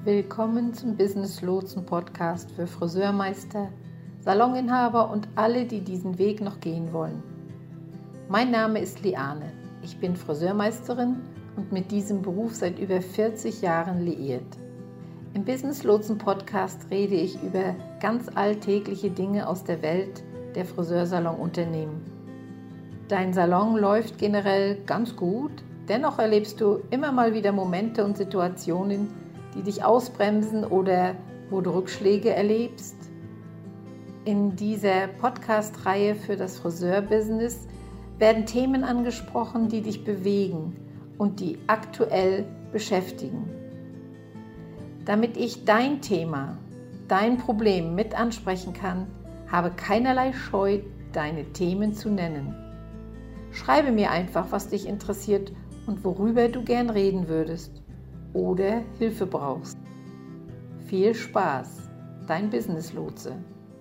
Willkommen zum Business Lotsen Podcast für Friseurmeister, Saloninhaber und alle, die diesen Weg noch gehen wollen. Mein Name ist Liane. Ich bin Friseurmeisterin und mit diesem Beruf seit über 40 Jahren liiert. Im Business Lotsen Podcast rede ich über ganz alltägliche Dinge aus der Welt der Friseursalonunternehmen. Dein Salon läuft generell ganz gut, dennoch erlebst du immer mal wieder Momente und Situationen, die dich ausbremsen oder wo du Rückschläge erlebst. In dieser Podcast-Reihe für das Friseurbusiness werden Themen angesprochen, die dich bewegen und die aktuell beschäftigen. Damit ich dein Thema, dein Problem mit ansprechen kann, habe keinerlei Scheu, deine Themen zu nennen. Schreibe mir einfach, was dich interessiert und worüber du gern reden würdest oder Hilfe brauchst. Viel Spaß, dein Business Lotse.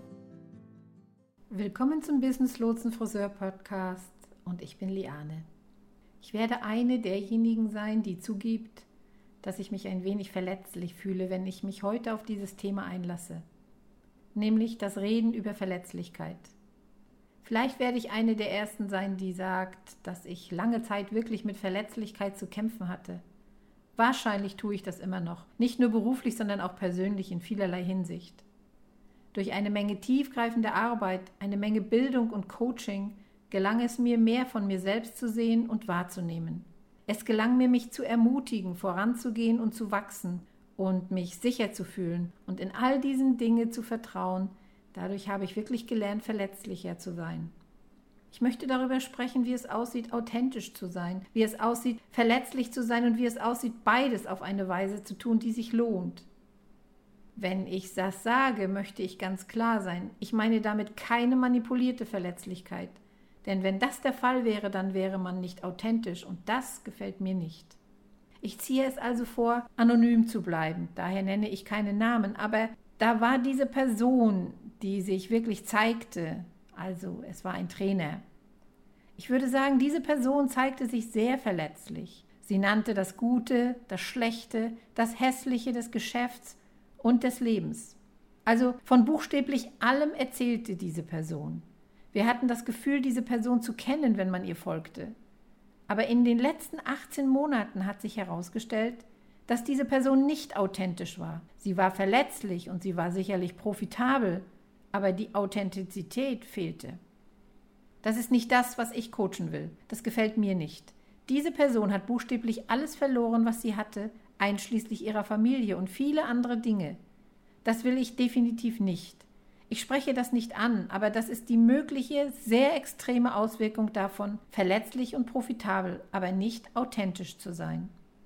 Willkommen zum Business Lotsen Friseur Podcast und ich bin Liane. Ich werde eine derjenigen sein, die zugibt, dass ich mich ein wenig verletzlich fühle, wenn ich mich heute auf dieses Thema einlasse, nämlich das Reden über Verletzlichkeit. Vielleicht werde ich eine der Ersten sein, die sagt, dass ich lange Zeit wirklich mit Verletzlichkeit zu kämpfen hatte. Wahrscheinlich tue ich das immer noch, nicht nur beruflich, sondern auch persönlich in vielerlei Hinsicht. Durch eine Menge tiefgreifende Arbeit, eine Menge Bildung und Coaching gelang es mir, mehr von mir selbst zu sehen und wahrzunehmen. Es gelang mir, mich zu ermutigen, voranzugehen und zu wachsen und mich sicher zu fühlen und in all diesen Dinge zu vertrauen. Dadurch habe ich wirklich gelernt, verletzlicher zu sein. Ich möchte darüber sprechen, wie es aussieht, authentisch zu sein, wie es aussieht, verletzlich zu sein und wie es aussieht, beides auf eine Weise zu tun, die sich lohnt. Wenn ich das sage, möchte ich ganz klar sein. Ich meine damit keine manipulierte Verletzlichkeit. Denn wenn das der Fall wäre, dann wäre man nicht authentisch und das gefällt mir nicht. Ich ziehe es also vor, anonym zu bleiben. Daher nenne ich keine Namen, aber da war diese Person, die sich wirklich zeigte. Also es war ein Trainer. Ich würde sagen, diese Person zeigte sich sehr verletzlich. Sie nannte das Gute, das Schlechte, das Hässliche des Geschäfts und des Lebens. Also von buchstäblich allem erzählte diese Person. Wir hatten das Gefühl, diese Person zu kennen, wenn man ihr folgte. Aber in den letzten 18 Monaten hat sich herausgestellt, dass diese Person nicht authentisch war. Sie war verletzlich und sie war sicherlich profitabel, aber die Authentizität fehlte. Das ist nicht das, was ich coachen will. Das gefällt mir nicht. Diese Person hat buchstäblich alles verloren, was sie hatte, einschließlich ihrer Familie und viele andere Dinge. Das will ich definitiv nicht. Ich spreche das nicht an, aber das ist die mögliche, sehr extreme Auswirkung davon, verletzlich und profitabel, aber nicht authentisch zu sein.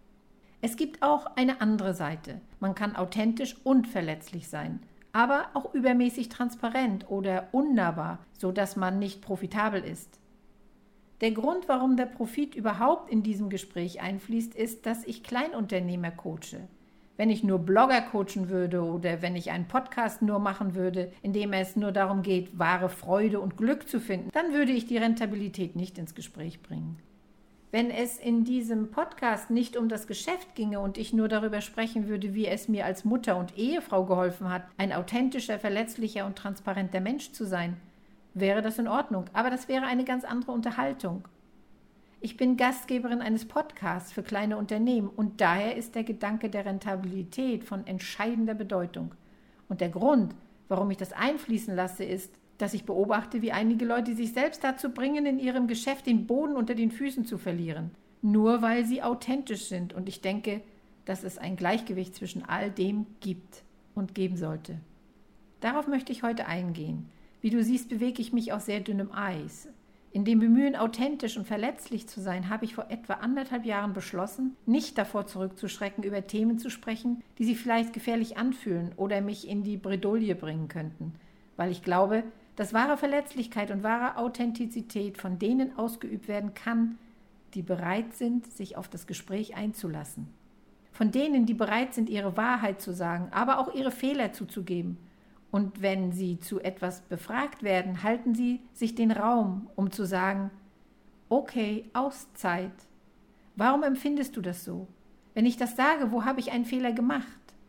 Es gibt auch eine andere Seite. Man kann authentisch und verletzlich sein, aber auch übermäßig transparent oder unnahbar, sodass man nicht profitabel ist. Der Grund, warum der Profit überhaupt in diesem Gespräch einfließt, ist, dass ich Kleinunternehmer coache. Wenn ich nur Blogger coachen würde oder wenn ich einen Podcast nur machen würde, in dem es nur darum geht, wahre Freude und Glück zu finden, dann würde ich die Rentabilität nicht ins Gespräch bringen. Wenn es in diesem Podcast nicht um das Geschäft ginge und ich nur darüber sprechen würde, wie es mir als Mutter und Ehefrau geholfen hat, ein authentischer, verletzlicher und transparenter Mensch zu sein, wäre das in Ordnung. Aber das wäre eine ganz andere Unterhaltung. Ich bin Gastgeberin eines Podcasts für kleine Unternehmen und daher ist der Gedanke der Rentabilität von entscheidender Bedeutung. Und der Grund, warum ich das einfließen lasse, ist, dass ich beobachte, wie einige Leute sich selbst dazu bringen, in ihrem Geschäft den Boden unter den Füßen zu verlieren, nur weil sie authentisch sind. Und ich denke, dass es ein Gleichgewicht zwischen all dem gibt und geben sollte. Darauf möchte ich heute eingehen. Wie du siehst, bewege ich mich auf sehr dünnem Eis. In dem Bemühen, authentisch und verletzlich zu sein, habe ich vor etwa 1,5 Jahren beschlossen, nicht davor zurückzuschrecken, über Themen zu sprechen, die sich vielleicht gefährlich anfühlen oder mich in die Bredouille bringen könnten, weil ich glaube, dass wahre Verletzlichkeit und wahre Authentizität von denen ausgeübt werden kann, die bereit sind, sich auf das Gespräch einzulassen. Von denen, die bereit sind, ihre Wahrheit zu sagen, aber auch ihre Fehler zuzugeben. Und wenn sie zu etwas befragt werden, halten sie sich den Raum, um zu sagen, okay, Auszeit. Warum empfindest du das so? Wenn ich das sage, wo habe ich einen Fehler gemacht?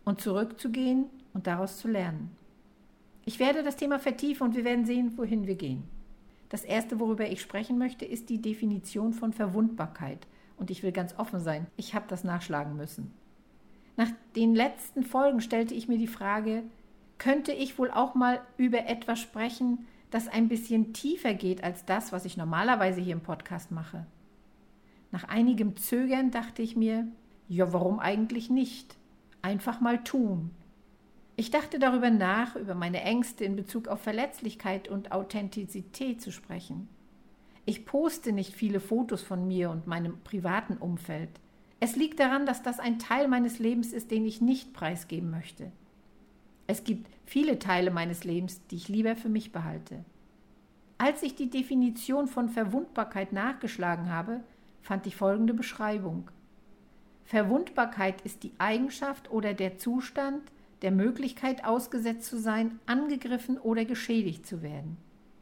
und zurückzugehen und daraus zu lernen. Ich werde das Thema vertiefen und wir werden sehen, wohin wir gehen. Das Erste, worüber ich sprechen möchte, ist die Definition von Verwundbarkeit. Und ich will ganz offen sein, ich habe das nachschlagen müssen. Nach den letzten Folgen stellte ich mir die Frage, könnte ich wohl auch mal über etwas sprechen, das ein bisschen tiefer geht als das, was ich normalerweise hier im Podcast mache? Nach einigem Zögern dachte ich mir, ja, warum eigentlich nicht? Einfach mal tun. Ich dachte darüber nach, über meine Ängste in Bezug auf Verletzlichkeit und Authentizität zu sprechen. Ich poste nicht viele Fotos von mir und meinem privaten Umfeld. Es liegt daran, dass das ein Teil meines Lebens ist, den ich nicht preisgeben möchte. Es gibt viele Teile meines Lebens, die ich lieber für mich behalte. Als ich die Definition von Verwundbarkeit nachgeschlagen habe, fand ich folgende Beschreibung. Verwundbarkeit ist die Eigenschaft oder der Zustand, der Möglichkeit ausgesetzt zu sein, angegriffen oder geschädigt zu werden.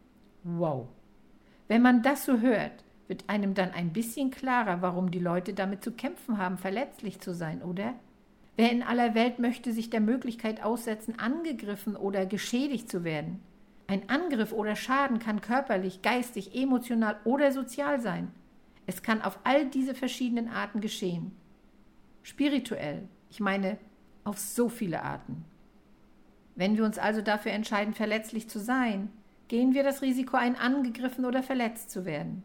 Wow! Wenn man das so hört, wird einem dann ein bisschen klarer, warum die Leute damit zu kämpfen haben, verletzlich zu sein, oder? Wer in aller Welt möchte sich der Möglichkeit aussetzen, angegriffen oder geschädigt zu werden? Ein Angriff oder Schaden kann körperlich, geistig, emotional oder sozial sein. Es kann auf all diese verschiedenen Arten geschehen. Spirituell, ich meine auf so viele Arten. Wenn wir uns also dafür entscheiden, verletzlich zu sein, gehen wir das Risiko ein, angegriffen oder verletzt zu werden.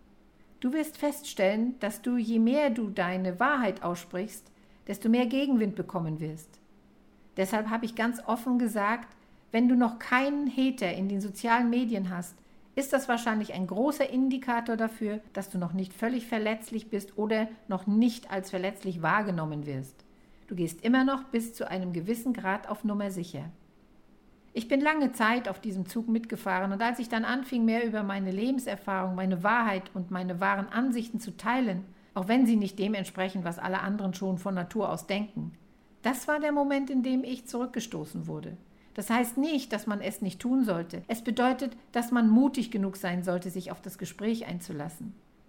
Du wirst feststellen, dass du, je mehr du deine Wahrheit aussprichst, desto mehr Gegenwind bekommen wirst. Deshalb habe ich ganz offen gesagt, wenn du noch keinen Hater in den sozialen Medien hast, ist das wahrscheinlich ein großer Indikator dafür, dass du noch nicht völlig verletzlich bist oder noch nicht als verletzlich wahrgenommen wirst. Du gehst immer noch bis zu einem gewissen Grad auf Nummer sicher. Ich bin lange Zeit auf diesem Zug mitgefahren und als ich dann anfing, mehr über meine Lebenserfahrung, meine Wahrheit und meine wahren Ansichten zu teilen, auch wenn sie nicht dem entsprechen, was alle anderen schon von Natur aus denken, das war der Moment, in dem ich zurückgestoßen wurde. Das heißt nicht, dass man es nicht tun sollte. Es bedeutet, dass man mutig genug sein sollte, sich auf das Gespräch einzulassen.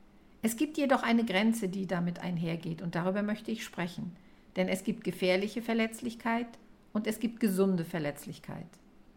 Es gibt jedoch eine Grenze, die damit einhergeht und darüber möchte ich sprechen. Denn es gibt gefährliche Verletzlichkeit und es gibt gesunde Verletzlichkeit.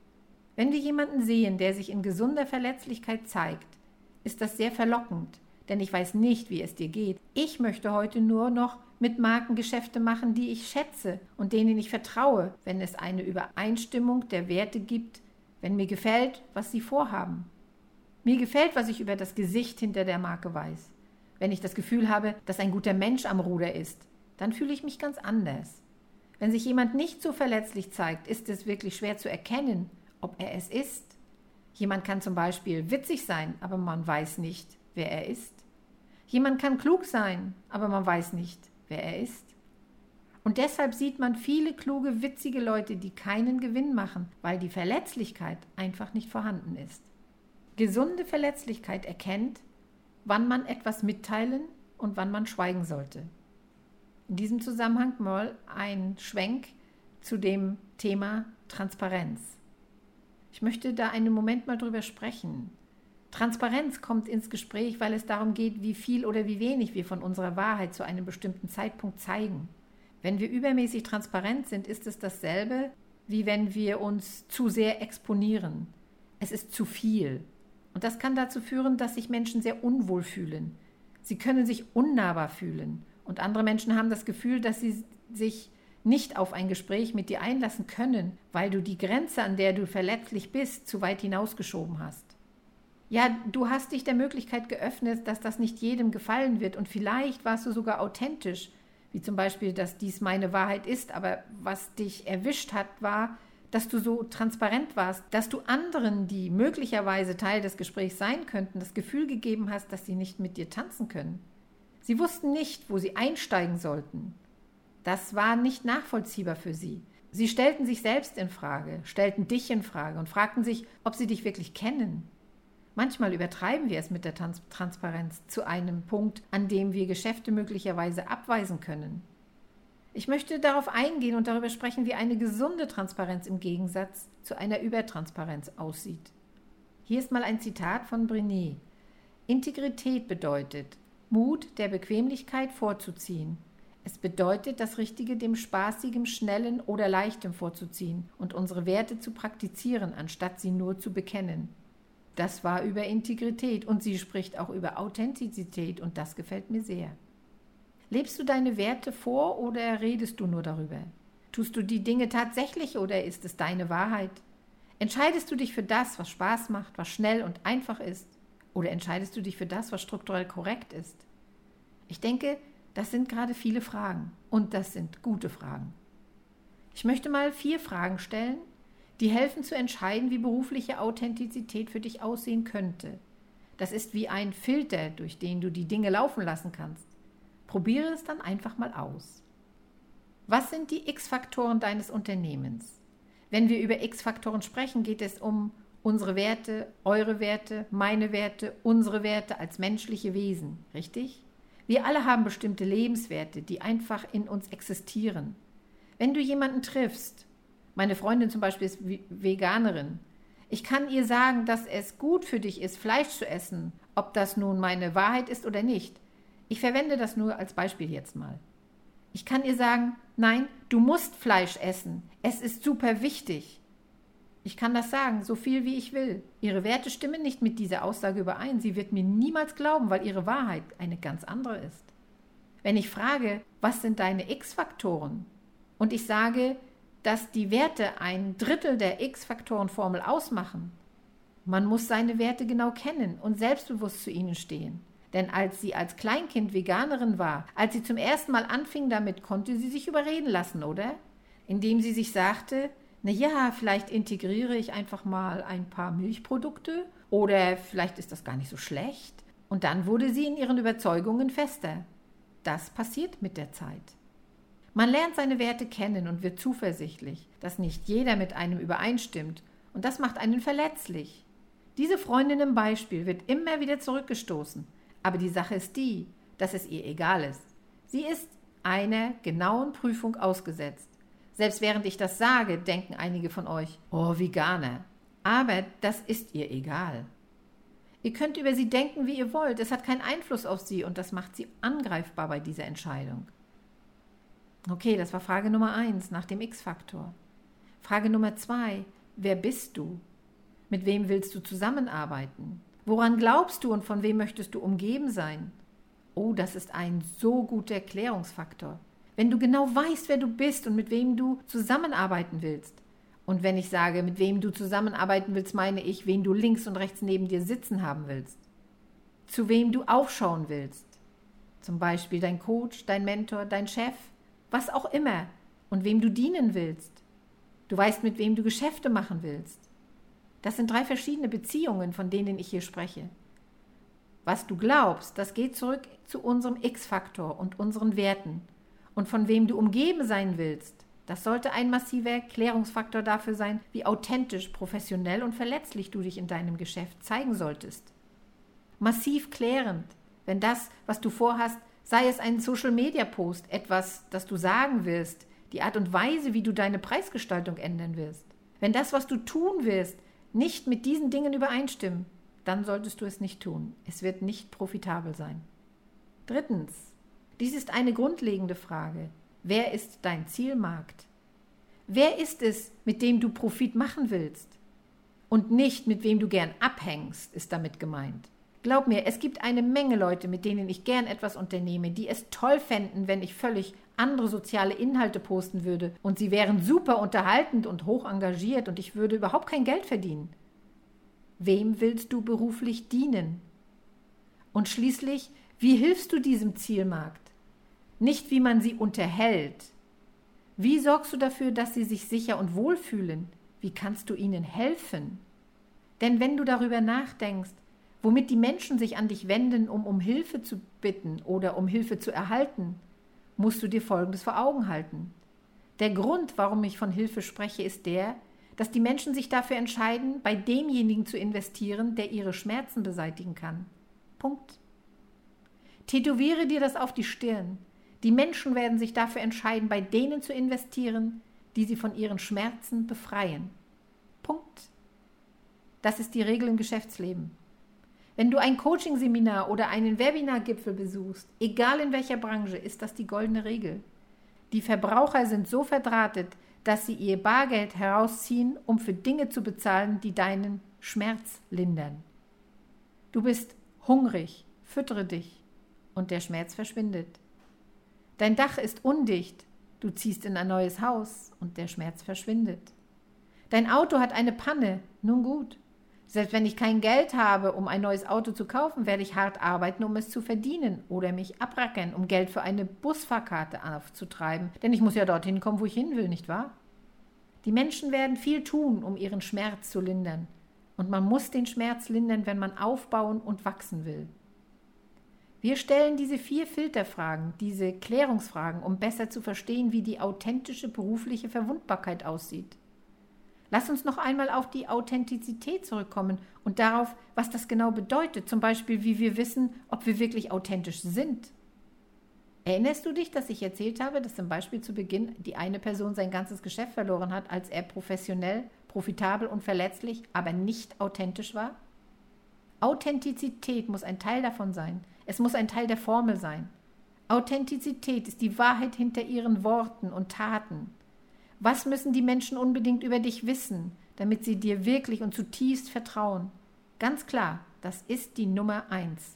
Wenn wir jemanden sehen, der sich in gesunder Verletzlichkeit zeigt, ist das sehr verlockend, denn ich weiß nicht, wie es dir geht. Ich möchte heute nur noch mit Marken Geschäfte machen, die ich schätze und denen ich vertraue, wenn es eine Übereinstimmung der Werte gibt, wenn mir gefällt, was sie vorhaben. Mir gefällt, was ich über das Gesicht hinter der Marke weiß. Wenn ich das Gefühl habe, dass ein guter Mensch am Ruder ist, dann fühle ich mich ganz anders. Wenn sich jemand nicht so verletzlich zeigt, ist es wirklich schwer zu erkennen, ob er es ist. Jemand kann zum Beispiel witzig sein, aber man weiß nicht, wer er ist. Jemand kann klug sein, aber man weiß nicht, wer er ist. Und deshalb sieht man viele kluge, witzige Leute, die keinen Gewinn machen, weil die Verletzlichkeit einfach nicht vorhanden ist. Gesunde Verletzlichkeit erkennt, wann man etwas mitteilen und wann man schweigen sollte. In diesem Zusammenhang mal ein Schwenk zu dem Thema Transparenz. Ich möchte da einen Moment mal drüber sprechen. Transparenz kommt ins Gespräch, weil es darum geht, wie viel oder wie wenig wir von unserer Wahrheit zu einem bestimmten Zeitpunkt zeigen. Wenn wir übermäßig transparent sind, ist es dasselbe, wie wenn wir uns zu sehr exponieren. Es ist zu viel. Und das kann dazu führen, dass sich Menschen sehr unwohl fühlen. Sie können sich unnahbar fühlen. Und andere Menschen haben das Gefühl, dass sie sich nicht auf ein Gespräch mit dir einlassen können, weil du die Grenze, an der du verletzlich bist, zu weit hinausgeschoben hast. Ja, du hast dich der Möglichkeit geöffnet, dass das nicht jedem gefallen wird und vielleicht warst du sogar authentisch, wie zum Beispiel, dass dies meine Wahrheit ist, aber was dich erwischt hat, war, dass du so transparent warst, dass du anderen, die möglicherweise Teil des Gesprächs sein könnten, das Gefühl gegeben hast, dass sie nicht mit dir tanzen können. Sie wussten nicht, wo sie einsteigen sollten. Das war nicht nachvollziehbar für sie. Sie stellten sich selbst in Frage, stellten dich in Frage und fragten sich, ob sie dich wirklich kennen. Manchmal übertreiben wir es mit der Transparenz zu einem Punkt, an dem wir Geschäfte möglicherweise abweisen können. Ich möchte darauf eingehen und darüber sprechen, wie eine gesunde Transparenz im Gegensatz zu einer Übertransparenz aussieht. Hier ist mal ein Zitat von Brené. Integrität bedeutet, Mut der Bequemlichkeit vorzuziehen. Es bedeutet, das Richtige dem Spaßigem, Schnellen oder Leichtem vorzuziehen und unsere Werte zu praktizieren, anstatt sie nur zu bekennen. Das war über Integrität und sie spricht auch über Authentizität und das gefällt mir sehr. Lebst du deine Werte vor oder redest du nur darüber? Tust du die Dinge tatsächlich oder ist es deine Wahrheit? Entscheidest du dich für das, was Spaß macht, was schnell und einfach ist? Oder entscheidest du dich für das, was strukturell korrekt ist? Ich denke, das sind gerade viele Fragen und das sind gute Fragen. Ich möchte mal 4 Fragen stellen, die helfen zu entscheiden, wie berufliche Authentizität für dich aussehen könnte. Das ist wie ein Filter, durch den du die Dinge laufen lassen kannst. Probiere es dann einfach mal aus. Was sind die X-Faktoren deines Unternehmens? Wenn wir über X-Faktoren sprechen, geht es um unsere Werte, eure Werte, meine Werte, unsere Werte als menschliche Wesen, richtig? Wir alle haben bestimmte Lebenswerte, die einfach in uns existieren. Wenn du jemanden triffst, meine Freundin zum Beispiel ist Veganerin, ich kann ihr sagen, dass es gut für dich ist, Fleisch zu essen, ob das nun meine Wahrheit ist oder nicht. Ich verwende das nur als Beispiel jetzt mal. Ich kann ihr sagen, nein, du musst Fleisch essen, es ist super wichtig. Ich kann das sagen, so viel wie ich will. Ihre Werte stimmen nicht mit dieser Aussage überein. Sie wird mir niemals glauben, weil ihre Wahrheit eine ganz andere ist. Wenn ich frage, was sind deine X-Faktoren? Und ich sage, dass die Werte 1/3 der X-Faktoren-Formel ausmachen. Man muss seine Werte genau kennen und selbstbewusst zu ihnen stehen. Denn als sie als Kleinkind Veganerin war, als sie zum ersten Mal anfing damit, konnte sie sich überreden lassen, oder? Indem sie sich sagte, na ja, vielleicht integriere ich einfach mal ein paar Milchprodukte oder vielleicht ist das gar nicht so schlecht. Und dann wurde sie in ihren Überzeugungen fester. Das passiert mit der Zeit. Man lernt seine Werte kennen und wird zuversichtlich, dass nicht jeder mit einem übereinstimmt und das macht einen verletzlich. Diese Freundin im Beispiel wird immer wieder zurückgestoßen, aber die Sache ist die, dass es ihr egal ist. Sie ist einer genauen Prüfung ausgesetzt. Selbst während ich das sage, denken einige von euch, oh, Veganer. Aber das ist ihr egal. Ihr könnt über sie denken, wie ihr wollt. Es hat keinen Einfluss auf sie und das macht sie angreifbar bei dieser Entscheidung. Okay, das war Frage Nummer 1 nach dem X-Faktor. Frage Nummer 2, wer bist du? Mit wem willst du zusammenarbeiten? Woran glaubst du und von wem möchtest du umgeben sein? Oh, das ist ein so guter Erklärungsfaktor. Wenn du genau weißt, wer du bist und mit wem du zusammenarbeiten willst. Und wenn ich sage, mit wem du zusammenarbeiten willst, meine ich, wen du links und rechts neben dir sitzen haben willst. Zu wem du aufschauen willst. Zum Beispiel dein Coach, dein Mentor, dein Chef, was auch immer. Und wem du dienen willst. Du weißt, mit wem du Geschäfte machen willst. Das sind 3 verschiedene Beziehungen, von denen ich hier spreche. Was du glaubst, das geht zurück zu unserem X-Faktor und unseren Werten. Und von wem du umgeben sein willst, das sollte ein massiver Erklärungsfaktor dafür sein, wie authentisch, professionell und verletzlich du dich in deinem Geschäft zeigen solltest. Massiv klärend, wenn das, was du vorhast, sei es ein Social-Media-Post, etwas, das du sagen wirst, die Art und Weise, wie du deine Preisgestaltung ändern wirst. Wenn das, was du tun wirst, nicht mit diesen Dingen übereinstimmen, dann solltest du es nicht tun. Es wird nicht profitabel sein. 3. Dies ist eine grundlegende Frage. Wer ist dein Zielmarkt? Wer ist es, mit dem du Profit machen willst? Und nicht, mit wem du gern abhängst, ist damit gemeint. Glaub mir, es gibt eine Menge Leute, mit denen ich gern etwas unternehme, die es toll fänden, wenn ich völlig andere soziale Inhalte posten würde und sie wären super unterhaltend und hoch engagiert und ich würde überhaupt kein Geld verdienen. Wem willst du beruflich dienen? Und schließlich, wie hilfst du diesem Zielmarkt? Nicht, wie man sie unterhält. Wie sorgst du dafür, dass sie sich sicher und wohl fühlen? Wie kannst du ihnen helfen? Denn wenn du darüber nachdenkst, womit die Menschen sich an dich wenden, um Hilfe zu bitten oder um Hilfe zu erhalten, musst du dir Folgendes vor Augen halten. Der Grund, warum ich von Hilfe spreche, ist der, dass die Menschen sich dafür entscheiden, bei demjenigen zu investieren, der ihre Schmerzen beseitigen kann. Punkt. Tätowiere dir das auf die Stirn. Die Menschen werden sich dafür entscheiden, bei denen zu investieren, die sie von ihren Schmerzen befreien. Punkt. Das ist die Regel im Geschäftsleben. Wenn du ein Coaching-Seminar oder einen Webinar-Gipfel besuchst, egal in welcher Branche, ist das die goldene Regel. Die Verbraucher sind so verdrahtet, dass sie ihr Bargeld herausziehen, um für Dinge zu bezahlen, die deinen Schmerz lindern. Du bist hungrig, füttere dich und der Schmerz verschwindet. Dein Dach ist undicht, du ziehst in ein neues Haus und der Schmerz verschwindet. Dein Auto hat eine Panne, nun gut. Selbst wenn ich kein Geld habe, um ein neues Auto zu kaufen, werde ich hart arbeiten, um es zu verdienen oder mich abrackern, um Geld für eine Busfahrkarte aufzutreiben, denn ich muss ja dorthin kommen, wo ich hin will, nicht wahr? Die Menschen werden viel tun, um ihren Schmerz zu lindern. Und man muss den Schmerz lindern, wenn man aufbauen und wachsen will. Wir stellen diese 4 Filterfragen, diese Klärungsfragen, um besser zu verstehen, wie die authentische berufliche Verwundbarkeit aussieht. Lass uns noch einmal auf die Authentizität zurückkommen und darauf, was das genau bedeutet, zum Beispiel, wie wir wissen, ob wir wirklich authentisch sind. Erinnerst du dich, dass ich erzählt habe, dass zum Beispiel zu Beginn die eine Person sein ganzes Geschäft verloren hat, als er professionell, profitabel und verletzlich, aber nicht authentisch war? Authentizität muss ein Teil davon sein. Es muss ein Teil der Formel sein. Authentizität ist die Wahrheit hinter ihren Worten und Taten. Was müssen die Menschen unbedingt über dich wissen, damit sie dir wirklich und zutiefst vertrauen? Ganz klar, das ist die Nummer 1.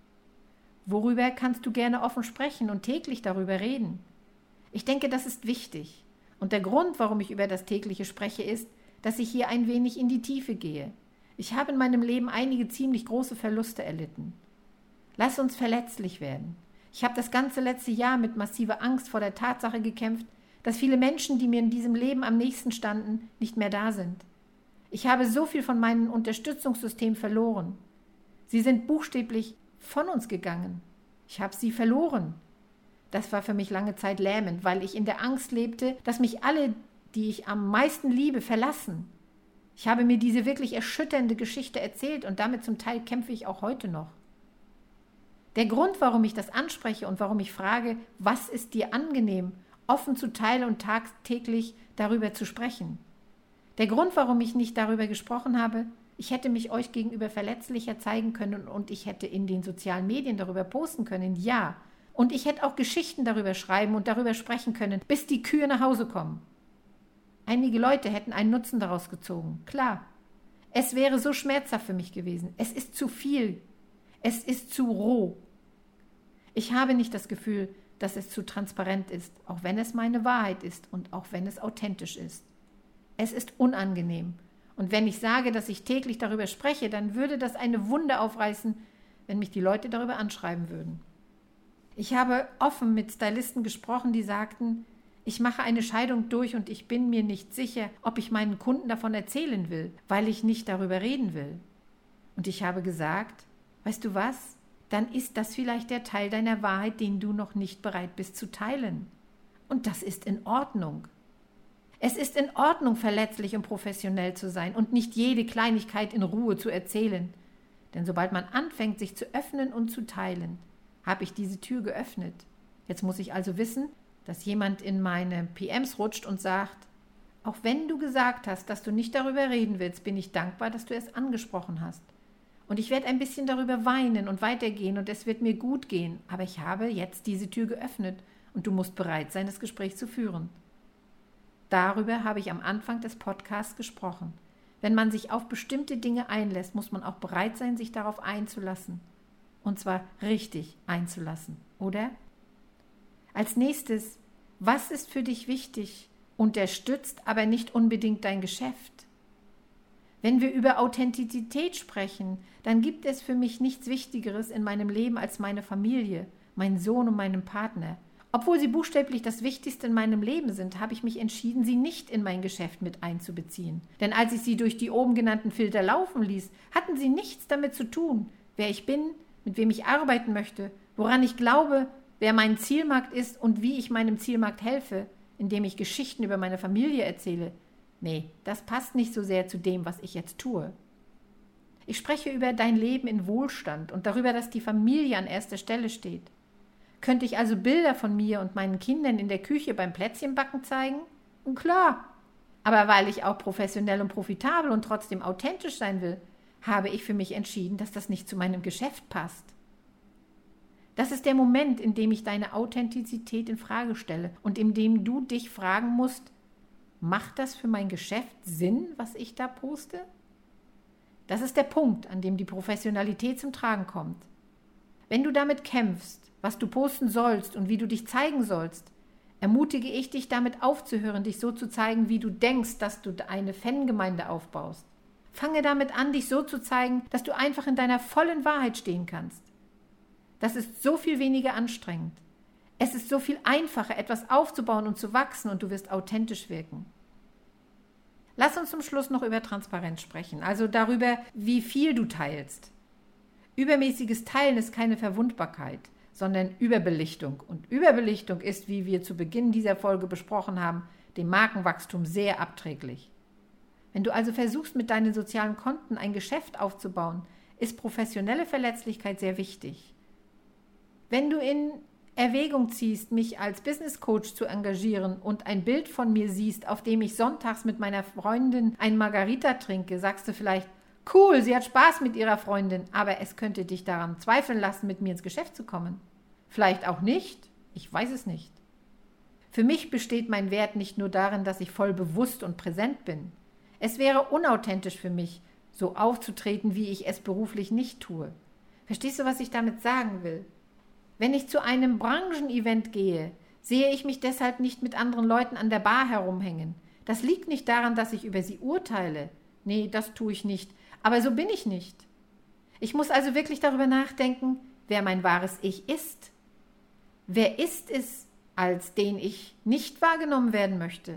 Worüber kannst du gerne offen sprechen und täglich darüber reden? Ich denke, das ist wichtig. Und der Grund, warum ich über das tägliche spreche, ist, dass ich hier ein wenig in die Tiefe gehe. Ich habe in meinem Leben einige ziemlich große Verluste erlitten. Lass uns verletzlich werden. Ich habe das ganze letzte Jahr mit massiver Angst vor der Tatsache gekämpft, dass viele Menschen, die mir in diesem Leben am nächsten standen, nicht mehr da sind. Ich habe so viel von meinem Unterstützungssystem verloren. Sie sind buchstäblich von uns gegangen. Ich habe sie verloren. Das war für mich lange Zeit lähmend, weil ich in der Angst lebte, dass mich alle, die ich am meisten liebe, verlassen. Ich habe mir diese wirklich erschütternde Geschichte erzählt und damit zum Teil kämpfe ich auch heute noch. Der Grund, warum ich das anspreche und warum ich frage, was ist dir angenehm, offen zu teilen und tagtäglich darüber zu sprechen. Der Grund, warum ich nicht darüber gesprochen habe, ich hätte mich euch gegenüber verletzlicher zeigen können und ich hätte in den sozialen Medien darüber posten können, ja. Und ich hätte auch Geschichten darüber schreiben und darüber sprechen können, bis die Kühe nach Hause kommen. Einige Leute hätten einen Nutzen daraus gezogen, klar. Es wäre so schmerzhaft für mich gewesen. Es ist zu viel. Es ist zu roh. Ich habe nicht das Gefühl, dass es zu transparent ist, auch wenn es meine Wahrheit ist und auch wenn es authentisch ist. Es ist unangenehm. Und wenn ich sage, dass ich täglich darüber spreche, dann würde das eine Wunde aufreißen, wenn mich die Leute darüber anschreiben würden. Ich habe offen mit Stylisten gesprochen, die sagten, ich mache eine Scheidung durch und ich bin mir nicht sicher, ob ich meinen Kunden davon erzählen will, weil ich nicht darüber reden will. Und ich habe gesagt, weißt du was? Dann ist das vielleicht der Teil deiner Wahrheit, den du noch nicht bereit bist zu teilen. Und das ist in Ordnung. Es ist in Ordnung, verletzlich und professionell zu sein und nicht jede Kleinigkeit in Ruhe zu erzählen. Denn sobald man anfängt, sich zu öffnen und zu teilen, habe ich diese Tür geöffnet. Jetzt muss ich also wissen, dass jemand in meine PMs rutscht und sagt, auch wenn du gesagt hast, dass du nicht darüber reden willst, bin ich dankbar, dass du es angesprochen hast. Und ich werde ein bisschen darüber weinen und weitergehen und es wird mir gut gehen, aber ich habe jetzt diese Tür geöffnet und du musst bereit sein, das Gespräch zu führen. Darüber habe ich am Anfang des Podcasts gesprochen. Wenn man sich auf bestimmte Dinge einlässt, muss man auch bereit sein, sich darauf einzulassen. Und zwar richtig einzulassen, oder? Als nächstes, was ist für dich wichtig, unterstützt aber nicht unbedingt dein Geschäft? Wenn wir über Authentizität sprechen, dann gibt es für mich nichts Wichtigeres in meinem Leben als meine Familie, mein Sohn und meinen Partner. Obwohl sie buchstäblich das Wichtigste in meinem Leben sind, habe ich mich entschieden, sie nicht in mein Geschäft mit einzubeziehen. Denn als ich sie durch die oben genannten Filter laufen ließ, hatten sie nichts damit zu tun, wer ich bin, mit wem ich arbeiten möchte, woran ich glaube, wer mein Zielmarkt ist und wie ich meinem Zielmarkt helfe, indem ich Geschichten über meine Familie erzähle. Nee, das passt nicht so sehr zu dem, was ich jetzt tue. Ich spreche über dein Leben in Wohlstand und darüber, dass die Familie an erster Stelle steht. Könnte ich also Bilder von mir und meinen Kindern in der Küche beim Plätzchenbacken zeigen? Und klar. Aber weil ich auch professionell und profitabel und trotzdem authentisch sein will, habe ich für mich entschieden, dass das nicht zu meinem Geschäft passt. Das ist der Moment, in dem ich deine Authentizität in Frage stelle und in dem du dich fragen musst, macht das für mein Geschäft Sinn, was ich da poste? Das ist der Punkt, an dem die Professionalität zum Tragen kommt. Wenn du damit kämpfst, was du posten sollst und wie du dich zeigen sollst, ermutige ich dich damit aufzuhören, dich so zu zeigen, wie du denkst, dass du eine Fangemeinde aufbaust. Fange damit an, dich so zu zeigen, dass du einfach in deiner vollen Wahrheit stehen kannst. Das ist so viel weniger anstrengend. Es ist so viel einfacher, etwas aufzubauen und zu wachsen und du wirst authentisch wirken. Lass uns zum Schluss noch über Transparenz sprechen, also darüber, wie viel du teilst. Übermäßiges Teilen ist keine Verwundbarkeit, sondern Überbelichtung. Und Überbelichtung ist, wie wir zu Beginn dieser Folge besprochen haben, dem Markenwachstum sehr abträglich. Wenn du also versuchst, mit deinen sozialen Konten ein Geschäft aufzubauen, ist professionelle Verletzlichkeit sehr wichtig. Wenn du in Erwägung ziehst, mich als Business Coach zu engagieren und ein Bild von mir siehst, auf dem ich sonntags mit meiner Freundin ein Margarita trinke, sagst du vielleicht, cool, sie hat Spaß mit ihrer Freundin, aber es könnte dich daran zweifeln lassen, mit mir ins Geschäft zu kommen. Vielleicht auch nicht, ich weiß es nicht. Für mich besteht mein Wert nicht nur darin, dass ich voll bewusst und präsent bin. Es wäre unauthentisch für mich, so aufzutreten, wie ich es beruflich nicht tue. Verstehst du, was ich damit sagen will? Wenn ich zu einem Branchenevent gehe, sehe ich mich deshalb nicht mit anderen Leuten an der Bar herumhängen. Das liegt nicht daran, dass ich über sie urteile. Nee, das tue ich nicht. Aber so bin ich nicht. Ich muss also wirklich darüber nachdenken, wer mein wahres Ich ist. Wer ist es, als den ich nicht wahrgenommen werden möchte?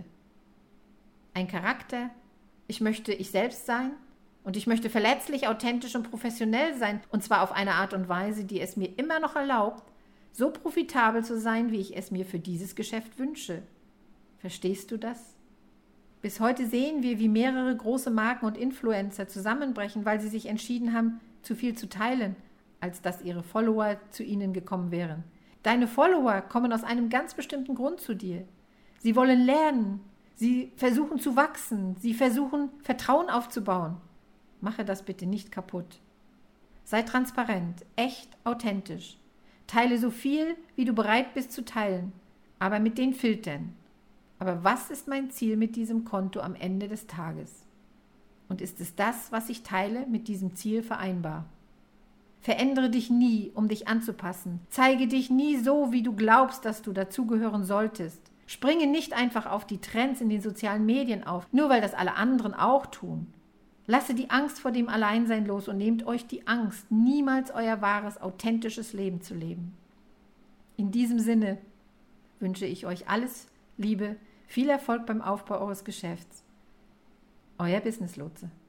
Ein Charakter? Ich möchte ich selbst sein? Und ich möchte verletzlich, authentisch und professionell sein, und zwar auf eine Art und Weise, die es mir immer noch erlaubt, so profitabel zu sein, wie ich es mir für dieses Geschäft wünsche. Verstehst du das? Bis heute sehen wir, wie mehrere große Marken und Influencer zusammenbrechen, weil sie sich entschieden haben, zu viel zu teilen, als dass ihre Follower zu ihnen gekommen wären. Deine Follower kommen aus einem ganz bestimmten Grund zu dir. Sie wollen lernen, sie versuchen zu wachsen, sie versuchen Vertrauen aufzubauen. Mache das bitte nicht kaputt. Sei transparent, echt, authentisch. Teile so viel, wie du bereit bist zu teilen, aber mit den Filtern. Aber was ist mein Ziel mit diesem Konto am Ende des Tages? Und ist es das, was ich teile, mit diesem Ziel vereinbar? Verändere dich nie, um dich anzupassen. Zeige dich nie so, wie du glaubst, dass du dazugehören solltest. Springe nicht einfach auf die Trends in den sozialen Medien auf, nur weil das alle anderen auch tun. Lasse die Angst vor dem Alleinsein los und nehmt euch die Angst, niemals euer wahres, authentisches Leben zu leben. In diesem Sinne wünsche ich euch alles Liebe, viel Erfolg beim Aufbau eures Geschäfts. Euer Business Lotse.